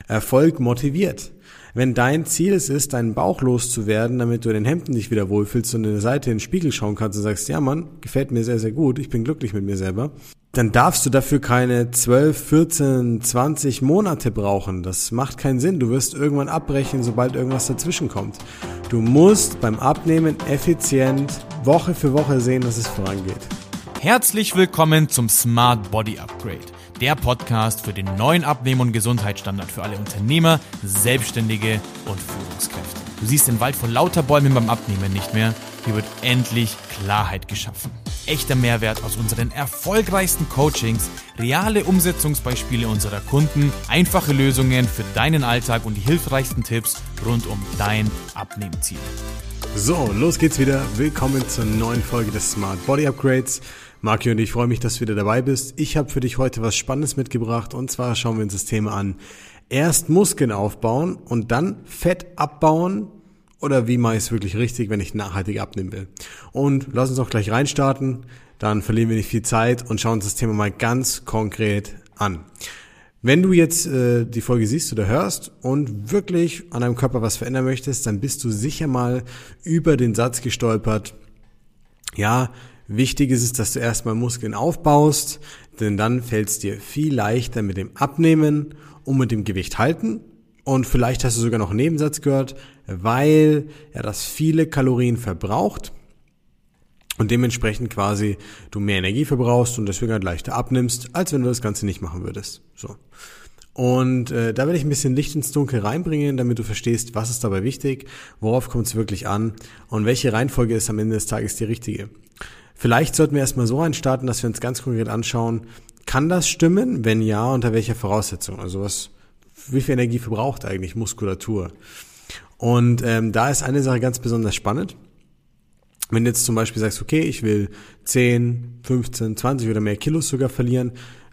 Erfolg motiviert. Wenn dein Ziel es ist, deinen Bauch loszuwerden, damit du in den Hemden dich wieder wohlfühlst und in der Seite in den Spiegel schauen kannst und sagst, ja Mann, gefällt mir sehr, sehr gut, ich bin glücklich mit mir selber, dann darfst du dafür keine 12, 14, 20 Monate brauchen. Das macht keinen Sinn. Du wirst irgendwann abbrechen, sobald irgendwas dazwischen kommt. Du musst beim Abnehmen effizient Woche für Woche sehen, dass es vorangeht. Herzlich willkommen zum Smart Body Upgrade, der Podcast für den neuen Abnehmen- und Gesundheitsstandard für alle Unternehmer, Selbstständige und Führungskräfte. Du siehst den Wald vor lauter Bäumen beim Abnehmen nicht mehr. Hier wird endlich Klarheit geschaffen. Echter Mehrwert aus unseren erfolgreichsten Coachings, reale Umsetzungsbeispiele unserer Kunden, einfache Lösungen für deinen Alltag und die hilfreichsten Tipps rund um dein Abnehmziel. So, los geht's wieder. Willkommen zur neuen Folge des Smart Body Upgrades. Marki und ich freue mich, dass du wieder dabei bist. Ich habe für dich heute was Spannendes mitgebracht und zwar schauen wir uns das Thema an. Erst Muskeln aufbauen und dann Fett abbauen oder wie mache ich es wirklich richtig, wenn ich nachhaltig abnehmen will. Und lass uns auch gleich reinstarten, dann verlieren wir nicht viel Zeit und schauen uns das Thema mal ganz konkret an. Wenn du jetzt die Folge siehst oder hörst und wirklich an deinem Körper was verändern möchtest, dann bist du sicher mal über den Satz gestolpert, ja, wichtig ist es, dass du erstmal Muskeln aufbaust, denn dann fällt es dir viel leichter mit dem Abnehmen und mit dem Gewicht halten. Und vielleicht hast du sogar noch einen Nebensatz gehört, weil das viele Kalorien verbraucht und dementsprechend quasi du mehr Energie verbrauchst und deswegen halt leichter abnimmst, als wenn du das Ganze nicht machen würdest. So. Und da werde ich ein bisschen Licht ins Dunkel reinbringen, damit du verstehst, was ist dabei wichtig, worauf kommt es wirklich an und welche Reihenfolge ist am Ende des Tages die richtige. Vielleicht sollten wir erstmal so reinstarten, dass wir uns ganz konkret anschauen, kann das stimmen? Wenn ja, unter welcher Voraussetzung? Also wie viel Energie verbraucht eigentlich Muskulatur? Und da ist eine Sache ganz besonders spannend. Wenn du jetzt zum Beispiel sagst, okay, ich will 10, 15, 20 oder mehr Kilos sogar verlieren,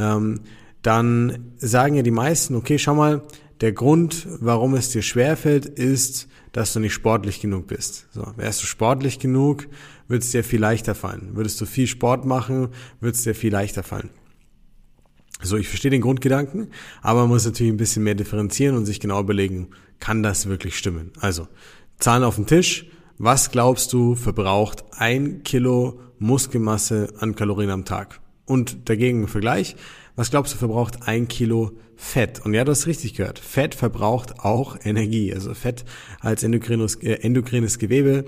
dann sagen ja die meisten, okay, schau mal, der Grund, warum es dir schwerfällt, ist, dass du nicht sportlich genug bist. So, wärst du sportlich genug, würde es dir viel leichter fallen. Würdest du viel Sport machen, würde es dir viel leichter fallen. So, ich verstehe den Grundgedanken, aber man muss natürlich ein bisschen mehr differenzieren und sich genau überlegen, kann das wirklich stimmen? Also, Zahlen auf den Tisch. Was glaubst du, verbraucht 1 Kilo Muskelmasse an Kalorien am Tag? Und dagegen im Vergleich, was glaubst du, verbraucht 1 Kilo Fett? Und ja, du hast richtig gehört. Fett verbraucht auch Energie. Also Fett als endokrines Gewebe.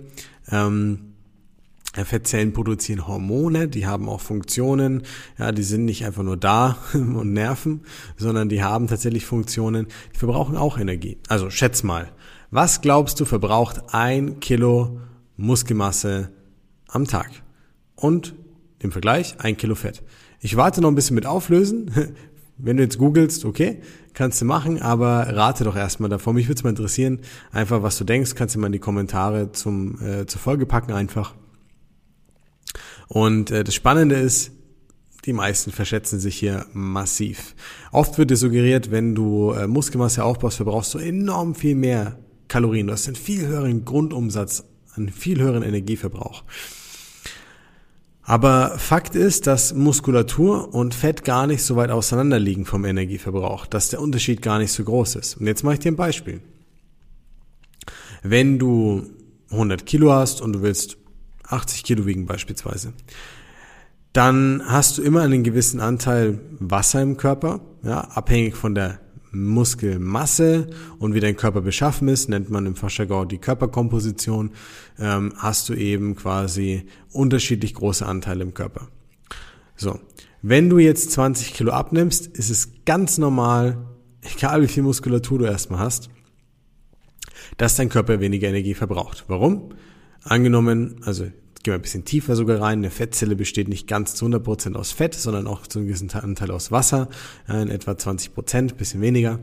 Fettzellen produzieren Hormone, die haben auch Funktionen. Ja, die sind nicht einfach nur da und nerven, sondern die haben tatsächlich Funktionen. Die verbrauchen auch Energie. Also schätz mal. Was glaubst du, verbraucht 1 Kilo Muskelmasse am Tag? Und im Vergleich 1 Kilo Fett. Ich warte noch ein bisschen mit Auflösen. Wenn du jetzt googelst, okay, kannst du machen, aber rate doch erstmal davor. Mich würde es mal interessieren, einfach was du denkst, kannst du mal in die Kommentare zur Folge packen einfach. Und das Spannende ist, die meisten verschätzen sich hier massiv. Oft wird dir suggeriert, wenn du Muskelmasse aufbaust, verbrauchst du enorm viel mehr Kalorien. Du hast einen viel höheren Grundumsatz, einen viel höheren Energieverbrauch. Aber Fakt ist, dass Muskulatur und Fett gar nicht so weit auseinander liegen vom Energieverbrauch, dass der Unterschied gar nicht so groß ist. Und jetzt mache ich dir ein Beispiel. Wenn du 100 Kilo hast und du willst 80 Kilo wiegen beispielsweise, dann hast du immer einen gewissen Anteil Wasser im Körper, ja, abhängig von der Muskelmasse und wie dein Körper beschaffen ist, nennt man im Fachjargon die Körperkomposition, hast du eben quasi unterschiedlich große Anteile im Körper. So, wenn du jetzt 20 Kilo abnimmst, ist es ganz normal, egal wie viel Muskulatur du erstmal hast, dass dein Körper weniger Energie verbraucht. Warum? Angenommen, also gehen wir ein bisschen tiefer sogar rein, eine Fettzelle besteht nicht ganz zu 100% aus Fett, sondern auch zu einem gewissen Anteil aus Wasser, in etwa 20%, bisschen weniger.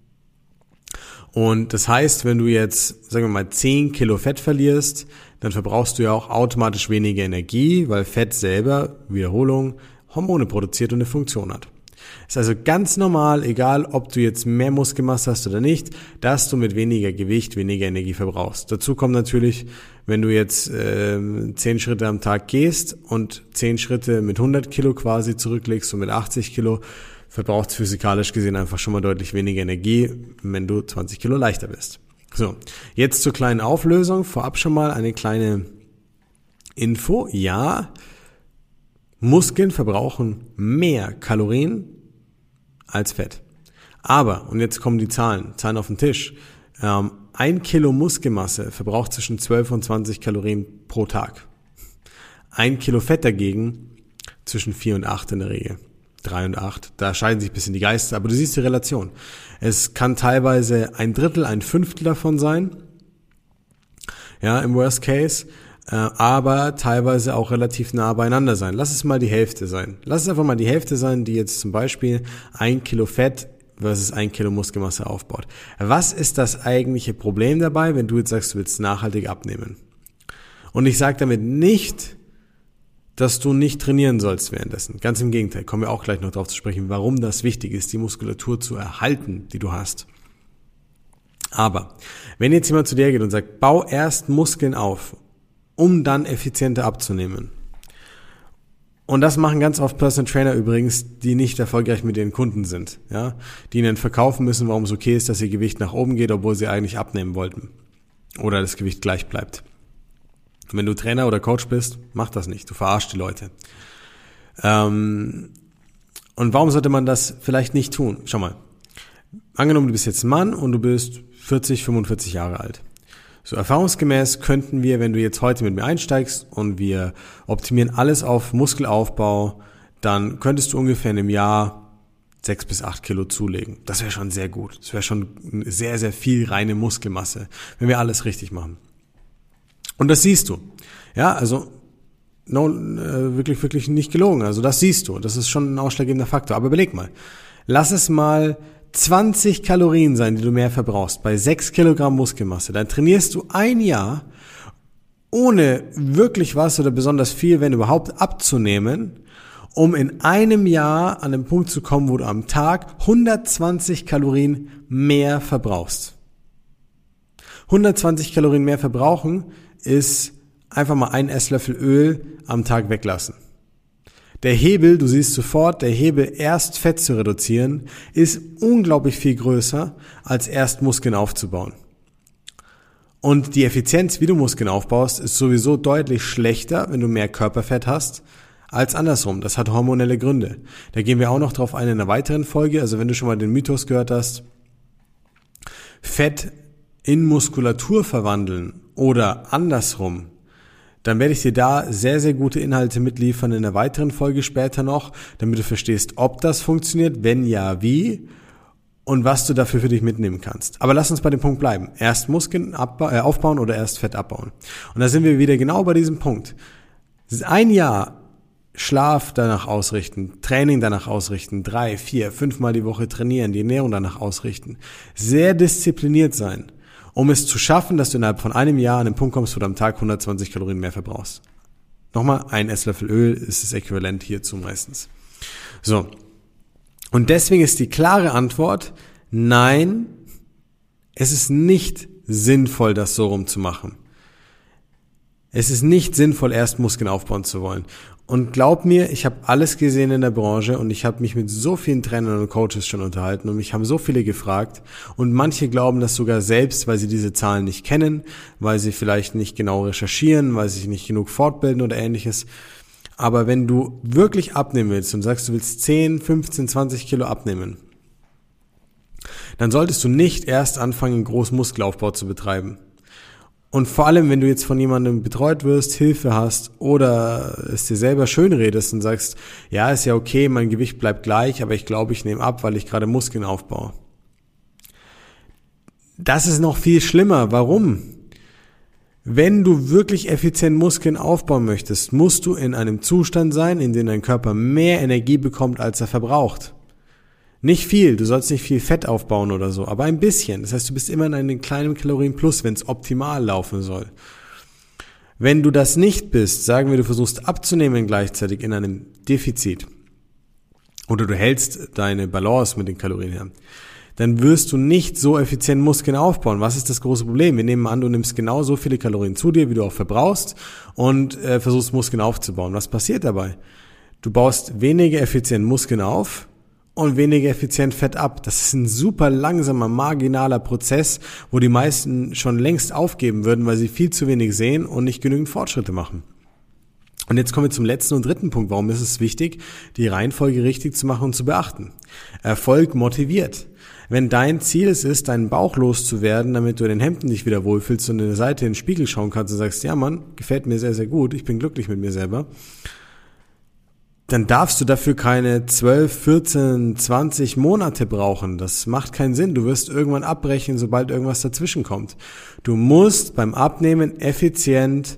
Und das heißt, wenn du jetzt, sagen wir mal, 10 Kilo Fett verlierst, dann verbrauchst du ja auch automatisch weniger Energie, weil Fett selber, Wiederholung, Hormone produziert und eine Funktion hat. Ist also ganz normal, egal ob du jetzt mehr Muskelmasse hast oder nicht, dass du mit weniger Gewicht weniger Energie verbrauchst. Dazu kommt natürlich, wenn du jetzt 10 Schritte am Tag gehst und 10 Schritte mit 100 Kilo quasi zurücklegst und mit 80 Kilo, verbraucht es physikalisch gesehen einfach schon mal deutlich weniger Energie, wenn du 20 Kilo leichter bist. So, jetzt zur kleinen Auflösung. Vorab schon mal eine kleine Info. Ja, Muskeln verbrauchen mehr Kalorien als Fett. Aber, und jetzt kommen die Zahlen auf den Tisch. 1 Kilo Muskelmasse verbraucht zwischen 12 und 20 Kalorien pro Tag. 1 Kilo Fett dagegen zwischen 4 und 8 in der Regel. 3 und 8. Da scheiden sich ein bisschen die Geister, aber du siehst die Relation. Es kann teilweise 1/3, 1/5 davon sein. Ja, im Worst Case. Aber teilweise auch relativ nah beieinander sein. Lass es mal die Hälfte sein. Lass es einfach mal die Hälfte sein, die jetzt zum Beispiel 1 Kilo Fett versus 1 Kilo Muskelmasse aufbaut. Was ist das eigentliche Problem dabei, wenn du jetzt sagst, du willst nachhaltig abnehmen? Und ich sage damit nicht, dass du nicht trainieren sollst währenddessen. Ganz im Gegenteil, kommen wir auch gleich noch darauf zu sprechen, warum das wichtig ist, die Muskulatur zu erhalten, die du hast. Aber wenn jetzt jemand zu dir geht und sagt, bau erst Muskeln auf, um dann effizienter abzunehmen. Und das machen ganz oft Personal Trainer übrigens, die nicht erfolgreich mit ihren Kunden sind, ja, die ihnen verkaufen müssen, warum es okay ist, dass ihr Gewicht nach oben geht, obwohl sie eigentlich abnehmen wollten. Oder das Gewicht gleich bleibt. Wenn du Trainer oder Coach bist, mach das nicht. Du verarschst die Leute. Und warum sollte man das vielleicht nicht tun? Schau mal. Angenommen, du bist jetzt ein Mann und du bist 40, 45 Jahre alt. So erfahrungsgemäß könnten wir, wenn du jetzt heute mit mir einsteigst und wir optimieren alles auf Muskelaufbau, dann könntest du ungefähr in einem Jahr 6 bis 8 Kilo zulegen. Das wäre schon sehr gut. Das wäre schon sehr, sehr viel reine Muskelmasse, wenn wir alles richtig machen. Und das siehst du. Ja, also wirklich nicht gelogen. Also das siehst du. Das ist schon ein ausschlaggebender Faktor. Aber überleg mal. Lass es mal 20 Kalorien sein, die du mehr verbrauchst, bei 6 Kilogramm Muskelmasse. Dann trainierst du ein Jahr, ohne wirklich was oder besonders viel, wenn überhaupt, abzunehmen, um in einem Jahr an den Punkt zu kommen, wo du am Tag 120 Kalorien mehr verbrauchst. 120 Kalorien mehr verbrauchen ist einfach mal ein Esslöffel Öl am Tag weglassen. Der Hebel, du siehst sofort, der Hebel erst Fett zu reduzieren, ist unglaublich viel größer, als erst Muskeln aufzubauen. Und die Effizienz, wie du Muskeln aufbaust, ist sowieso deutlich schlechter, wenn du mehr Körperfett hast, als andersrum. Das hat hormonelle Gründe. Da gehen wir auch noch drauf ein in einer weiteren Folge. Also wenn du schon mal den Mythos gehört hast, Fett in Muskulatur verwandeln oder andersrum, dann werde ich dir da sehr, sehr gute Inhalte mitliefern in einer weiteren Folge später noch, damit du verstehst, ob das funktioniert, wenn ja, wie und was du dafür für dich mitnehmen kannst. Aber lass uns bei dem Punkt bleiben. Erst Muskeln aufbauen oder erst Fett abbauen. Und da sind wir wieder genau bei diesem Punkt. Ein Jahr Schlaf danach ausrichten, Training danach ausrichten, 3, 4, 5 Mal die Woche trainieren, die Ernährung danach ausrichten. Sehr diszipliniert sein, um es zu schaffen, dass du innerhalb von einem Jahr an den Punkt kommst, wo du am Tag 120 Kalorien mehr verbrauchst. Nochmal, ein Esslöffel Öl ist das Äquivalent hierzu meistens. So. Und deswegen ist die klare Antwort, nein, es ist nicht sinnvoll, das so rumzumachen. Es ist nicht sinnvoll, erst Muskeln aufbauen zu wollen. Und glaub mir, ich habe alles gesehen in der Branche und ich habe mich mit so vielen Trainern und Coaches schon unterhalten und mich haben so viele gefragt und manche glauben das sogar selbst, weil sie diese Zahlen nicht kennen, weil sie vielleicht nicht genau recherchieren, weil sie sich nicht genug fortbilden oder ähnliches. Aber wenn du wirklich abnehmen willst und sagst, du willst 10, 15, 20 Kilo abnehmen, dann solltest du nicht erst anfangen, großen Muskelaufbau zu betreiben. Und vor allem, wenn du jetzt von jemandem betreut wirst, Hilfe hast oder es dir selber schön redest und sagst, ja, ist ja okay, mein Gewicht bleibt gleich, aber ich glaube, ich nehme ab, weil ich gerade Muskeln aufbaue. Das ist noch viel schlimmer. Warum? Wenn du wirklich effizient Muskeln aufbauen möchtest, musst du in einem Zustand sein, in dem dein Körper mehr Energie bekommt, als er verbraucht. Nicht viel, du sollst nicht viel Fett aufbauen oder so, aber ein bisschen. Das heißt, du bist immer in einem kleinen Kalorienplus, wenn es optimal laufen soll. Wenn du das nicht bist, sagen wir, du versuchst abzunehmen gleichzeitig in einem Defizit oder du hältst deine Balance mit den Kalorien her, dann wirst du nicht so effizient Muskeln aufbauen. Was ist das große Problem? Wir nehmen an, du nimmst genau so viele Kalorien zu dir, wie du auch verbrauchst und versuchst Muskeln aufzubauen. Was passiert dabei? Du baust weniger effizient Muskeln auf und weniger effizient Fett ab. Das ist ein super langsamer, marginaler Prozess, wo die meisten schon längst aufgeben würden, weil sie viel zu wenig sehen und nicht genügend Fortschritte machen. Und jetzt kommen wir zum letzten und dritten Punkt. Warum ist es wichtig, die Reihenfolge richtig zu machen und zu beachten? Erfolg motiviert. Wenn dein Ziel es ist, deinen Bauch loszuwerden, damit du in den Hemden dich wieder wohlfühlst und in der Seite in den Spiegel schauen kannst und sagst, ja Mann, gefällt mir sehr, sehr gut, ich bin glücklich mit mir selber, dann darfst du dafür keine 12, 14, 20 Monate brauchen. Das macht keinen Sinn. Du wirst irgendwann abbrechen, sobald irgendwas dazwischen kommt. Du musst beim Abnehmen effizient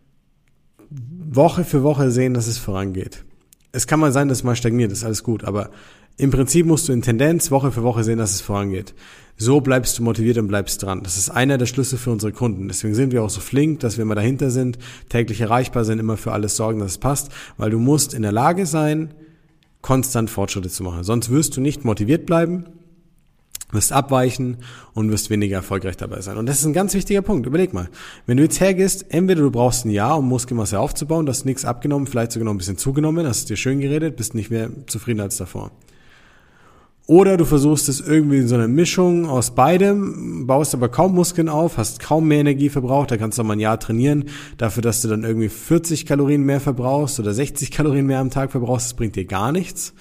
Woche für Woche sehen, dass es vorangeht. Es kann mal sein, dass es mal stagniert, ist alles gut, aber im Prinzip musst du in Tendenz Woche für Woche sehen, dass es vorangeht. So bleibst du motiviert und bleibst dran. Das ist einer der Schlüssel für unsere Kunden. Deswegen sind wir auch so flink, dass wir immer dahinter sind, täglich erreichbar sind, immer für alles sorgen, dass es passt, weil du musst in der Lage sein, konstant Fortschritte zu machen. Sonst wirst du nicht motiviert bleiben, wirst abweichen und wirst weniger erfolgreich dabei sein. Und das ist ein ganz wichtiger Punkt. Überleg mal, wenn du jetzt hergehst, entweder du brauchst ein Jahr, um Muskelmasse aufzubauen, du hast nichts abgenommen, vielleicht sogar noch ein bisschen zugenommen, hast es dir schön geredet, bist nicht mehr zufrieden als davor. Oder du versuchst es irgendwie in so einer Mischung aus beidem, baust aber kaum Muskeln auf, hast kaum mehr Energie verbraucht, da kannst du mal ein Jahr trainieren, dafür, dass du dann irgendwie 40 Kalorien mehr verbrauchst oder 60 Kalorien mehr am Tag verbrauchst, das bringt dir gar nichts.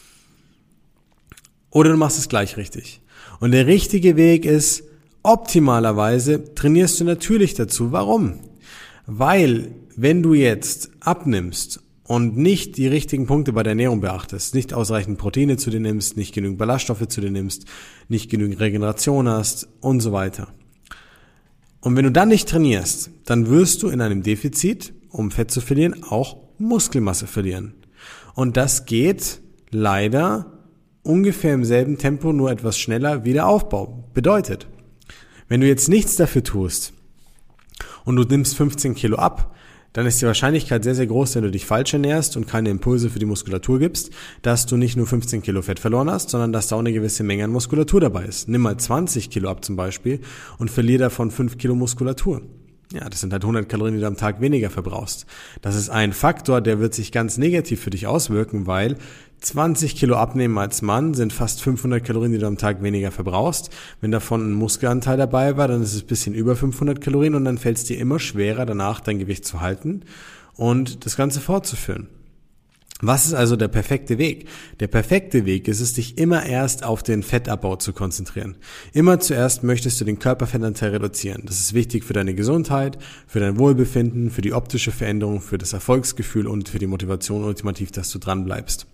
Oder du machst es gleich richtig. Und der richtige Weg ist, optimalerweise trainierst du natürlich dazu. Warum? Weil, wenn du jetzt abnimmst und nicht die richtigen Punkte bei der Ernährung beachtest, nicht ausreichend Proteine zu dir nimmst, nicht genügend Ballaststoffe zu dir nimmst, nicht genügend Regeneration hast und so weiter. Und wenn du dann nicht trainierst, dann wirst du in einem Defizit, um Fett zu verlieren, auch Muskelmasse verlieren. Und das geht leider ungefähr im selben Tempo, nur etwas schneller wieder Aufbau. Bedeutet, wenn du jetzt nichts dafür tust und du nimmst 15 Kilo ab, dann ist die Wahrscheinlichkeit sehr, sehr groß, wenn du dich falsch ernährst und keine Impulse für die Muskulatur gibst, dass du nicht nur 15 Kilo Fett verloren hast, sondern dass da auch eine gewisse Menge an Muskulatur dabei ist. Nimm mal 20 Kilo ab zum Beispiel und verlier davon 5 Kilo Muskulatur. Ja, das sind halt 100 Kalorien, die du am Tag weniger verbrauchst. Das ist ein Faktor, der wird sich ganz negativ für dich auswirken, weil 20 Kilo abnehmen als Mann sind fast 500 Kalorien, die du am Tag weniger verbrauchst. Wenn davon ein Muskelanteil dabei war, dann ist es ein bisschen über 500 Kalorien und dann fällt es dir immer schwerer, danach dein Gewicht zu halten und das Ganze fortzuführen. Was ist also der perfekte Weg? Der perfekte Weg ist es, dich immer erst auf den Fettabbau zu konzentrieren. Immer zuerst möchtest du den Körperfettanteil reduzieren. Das ist wichtig für deine Gesundheit, für dein Wohlbefinden, für die optische Veränderung, für das Erfolgsgefühl und für die Motivation ultimativ, dass du dran bleibst.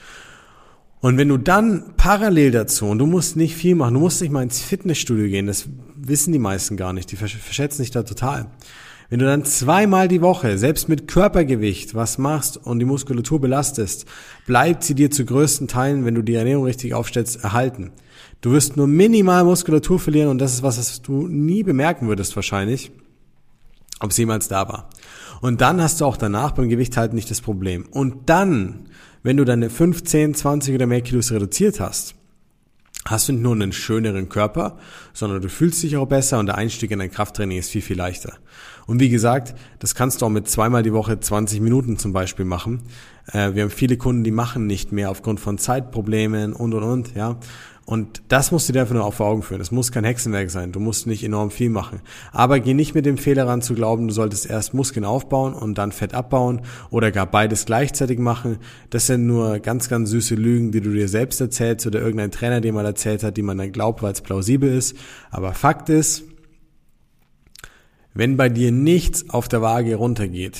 Und wenn du dann parallel dazu, und du musst nicht viel machen, du musst nicht mal ins Fitnessstudio gehen, das wissen die meisten gar nicht, die verschätzen sich da total. Wenn du dann 2-mal die Woche, selbst mit Körpergewicht, was machst und die Muskulatur belastest, bleibt sie dir zu größten Teilen, wenn du die Ernährung richtig aufstellst, erhalten. Du wirst nur minimal Muskulatur verlieren und das ist was du nie bemerken würdest wahrscheinlich, ob es jemals da war. Und dann hast du auch danach beim Gewicht halten nicht das Problem. Und dann, wenn du deine 15, 20 oder mehr Kilos reduziert hast du nicht nur einen schöneren Körper, sondern du fühlst dich auch besser und der Einstieg in dein Krafttraining ist viel, viel leichter. Und wie gesagt, das kannst du auch mit 2-mal die Woche 20 Minuten zum Beispiel machen. Wir haben viele Kunden, die machen nicht mehr aufgrund von Zeitproblemen und, ja. Und das musst du dir einfach nur auch vor Augen führen. Es muss kein Hexenwerk sein. Du musst nicht enorm viel machen. Aber geh nicht mit dem Fehler ran zu glauben, du solltest erst Muskeln aufbauen und dann Fett abbauen oder gar beides gleichzeitig machen. Das sind nur ganz, ganz süße Lügen, die du dir selbst erzählst oder irgendein Trainer dir mal erzählt hat, die man dann glaubt, weil es plausibel ist. Aber Fakt ist, wenn bei dir nichts auf der Waage runtergeht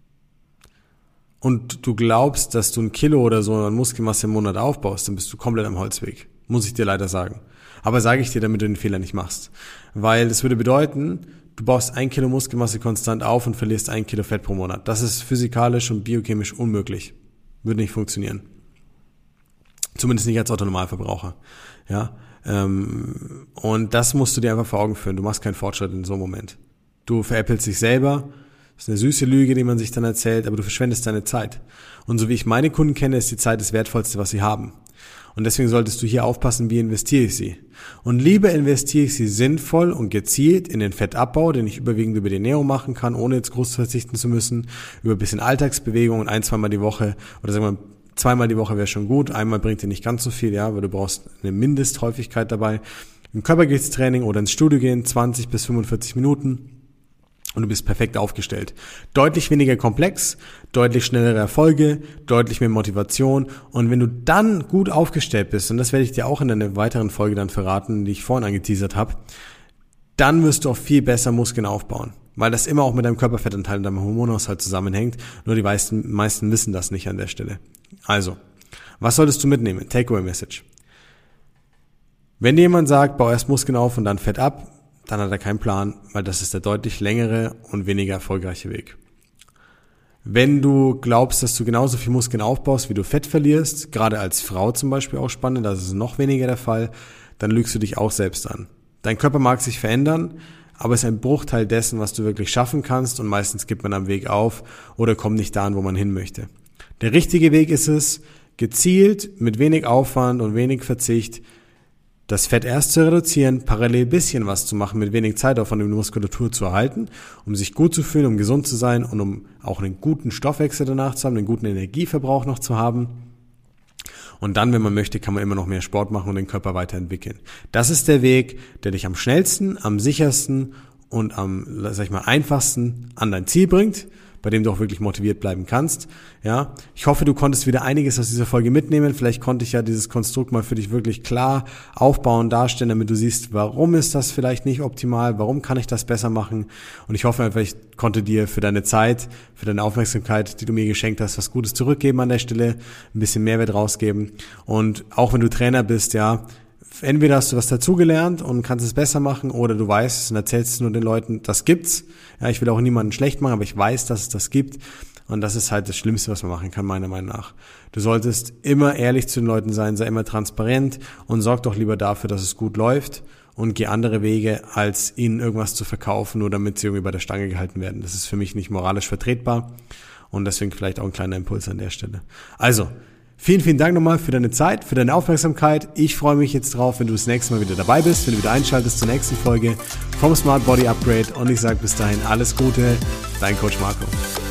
und du glaubst, dass du 1 Kilo oder so an Muskelmasse im Monat aufbaust, dann bist du komplett am Holzweg. Muss ich dir leider sagen. Aber sage ich dir, damit du den Fehler nicht machst. Weil das würde bedeuten, du baust 1 Kilo Muskelmasse konstant auf und verlierst 1 Kilo Fett pro Monat. Das ist physikalisch und biochemisch unmöglich. Würde nicht funktionieren. Zumindest nicht als Autonormalverbraucher. Ja. Und das musst du dir einfach vor Augen führen. Du machst keinen Fortschritt in so einem Moment. Du veräppelst dich selber. Das ist eine süße Lüge, die man sich dann erzählt, aber du verschwendest deine Zeit. Und so wie ich meine Kunden kenne, ist die Zeit das Wertvollste, was sie haben. Und deswegen solltest du hier aufpassen, wie investiere ich sie. Und lieber investiere ich sie sinnvoll und gezielt in den Fettabbau, den ich überwiegend über die Ernährung machen kann, ohne jetzt groß verzichten zu müssen, über ein bisschen Alltagsbewegung und 1-2 Mal die Woche oder sagen wir 2-mal die Woche wäre schon gut, einmal bringt dir nicht ganz so viel, ja, weil du brauchst eine Mindesthäufigkeit dabei. Ein Körpergewichtstraining oder ins Studio gehen, 20 bis 45 Minuten und du bist perfekt aufgestellt. Deutlich weniger komplex, deutlich schnellere Erfolge, deutlich mehr Motivation und wenn du dann gut aufgestellt bist, und das werde ich dir auch in einer weiteren Folge dann verraten, die ich vorhin angeteasert habe, dann wirst du auch viel besser Muskeln aufbauen, weil das immer auch mit deinem Körperfettanteil und deinem Hormonhaushalt zusammenhängt, nur die meisten wissen das nicht an der Stelle. Also, was solltest du mitnehmen? Takeaway-Message. Wenn dir jemand sagt, bau erst Muskeln auf und dann Fett ab, dann hat er keinen Plan, weil das ist der deutlich längere und weniger erfolgreiche Weg. Wenn du glaubst, dass du genauso viel Muskeln aufbaust, wie du Fett verlierst, gerade als Frau zum Beispiel auch spannend, das ist noch weniger der Fall, dann lügst du dich auch selbst an. Dein Körper mag sich verändern, aber es ist ein Bruchteil dessen, was du wirklich schaffen kannst und meistens gibt man am Weg auf oder kommt nicht dahin, wo man hin möchte. Der richtige Weg ist es, gezielt, mit wenig Aufwand und wenig Verzicht, das Fett erst zu reduzieren, parallel ein bisschen was zu machen, mit wenig Zeitaufwand, um die Muskulatur zu erhalten, um sich gut zu fühlen, um gesund zu sein und um auch einen guten Stoffwechsel danach zu haben, einen guten Energieverbrauch noch zu haben. Und dann, wenn man möchte, kann man immer noch mehr Sport machen und den Körper weiterentwickeln. Das ist der Weg, der dich am schnellsten, am sichersten und am, einfachsten an dein Ziel bringt, bei dem du auch wirklich motiviert bleiben kannst. Ja, ich hoffe, du konntest wieder einiges aus dieser Folge mitnehmen. Vielleicht konnte ich ja dieses Konstrukt mal für dich wirklich klar aufbauen, darstellen, damit du siehst, warum ist das vielleicht nicht optimal, warum kann ich das besser machen. Und ich hoffe einfach, ich konnte dir für deine Zeit, für deine Aufmerksamkeit, die du mir geschenkt hast, was Gutes zurückgeben an der Stelle, ein bisschen Mehrwert rausgeben. Und auch wenn du Trainer bist, ja, entweder hast du was dazugelernt und kannst es besser machen oder du weißt es und erzählst es nur den Leuten, das gibt's. Ja, ich will auch niemanden schlecht machen, aber ich weiß, dass es das gibt. Und das ist halt das Schlimmste, was man machen kann, meiner Meinung nach. Du solltest immer ehrlich zu den Leuten sein, sei immer transparent und sorg doch lieber dafür, dass es gut läuft und geh andere Wege, als ihnen irgendwas zu verkaufen, nur damit sie irgendwie bei der Stange gehalten werden. Das ist für mich nicht moralisch vertretbar und deswegen vielleicht auch ein kleiner Impuls an der Stelle. Also, vielen, vielen Dank nochmal für deine Zeit, für deine Aufmerksamkeit. Ich freue mich jetzt drauf, wenn du das nächste Mal wieder dabei bist, wenn du wieder einschaltest zur nächsten Folge vom Smart Body Upgrade. Und ich sage bis dahin alles Gute, dein Coach Marco.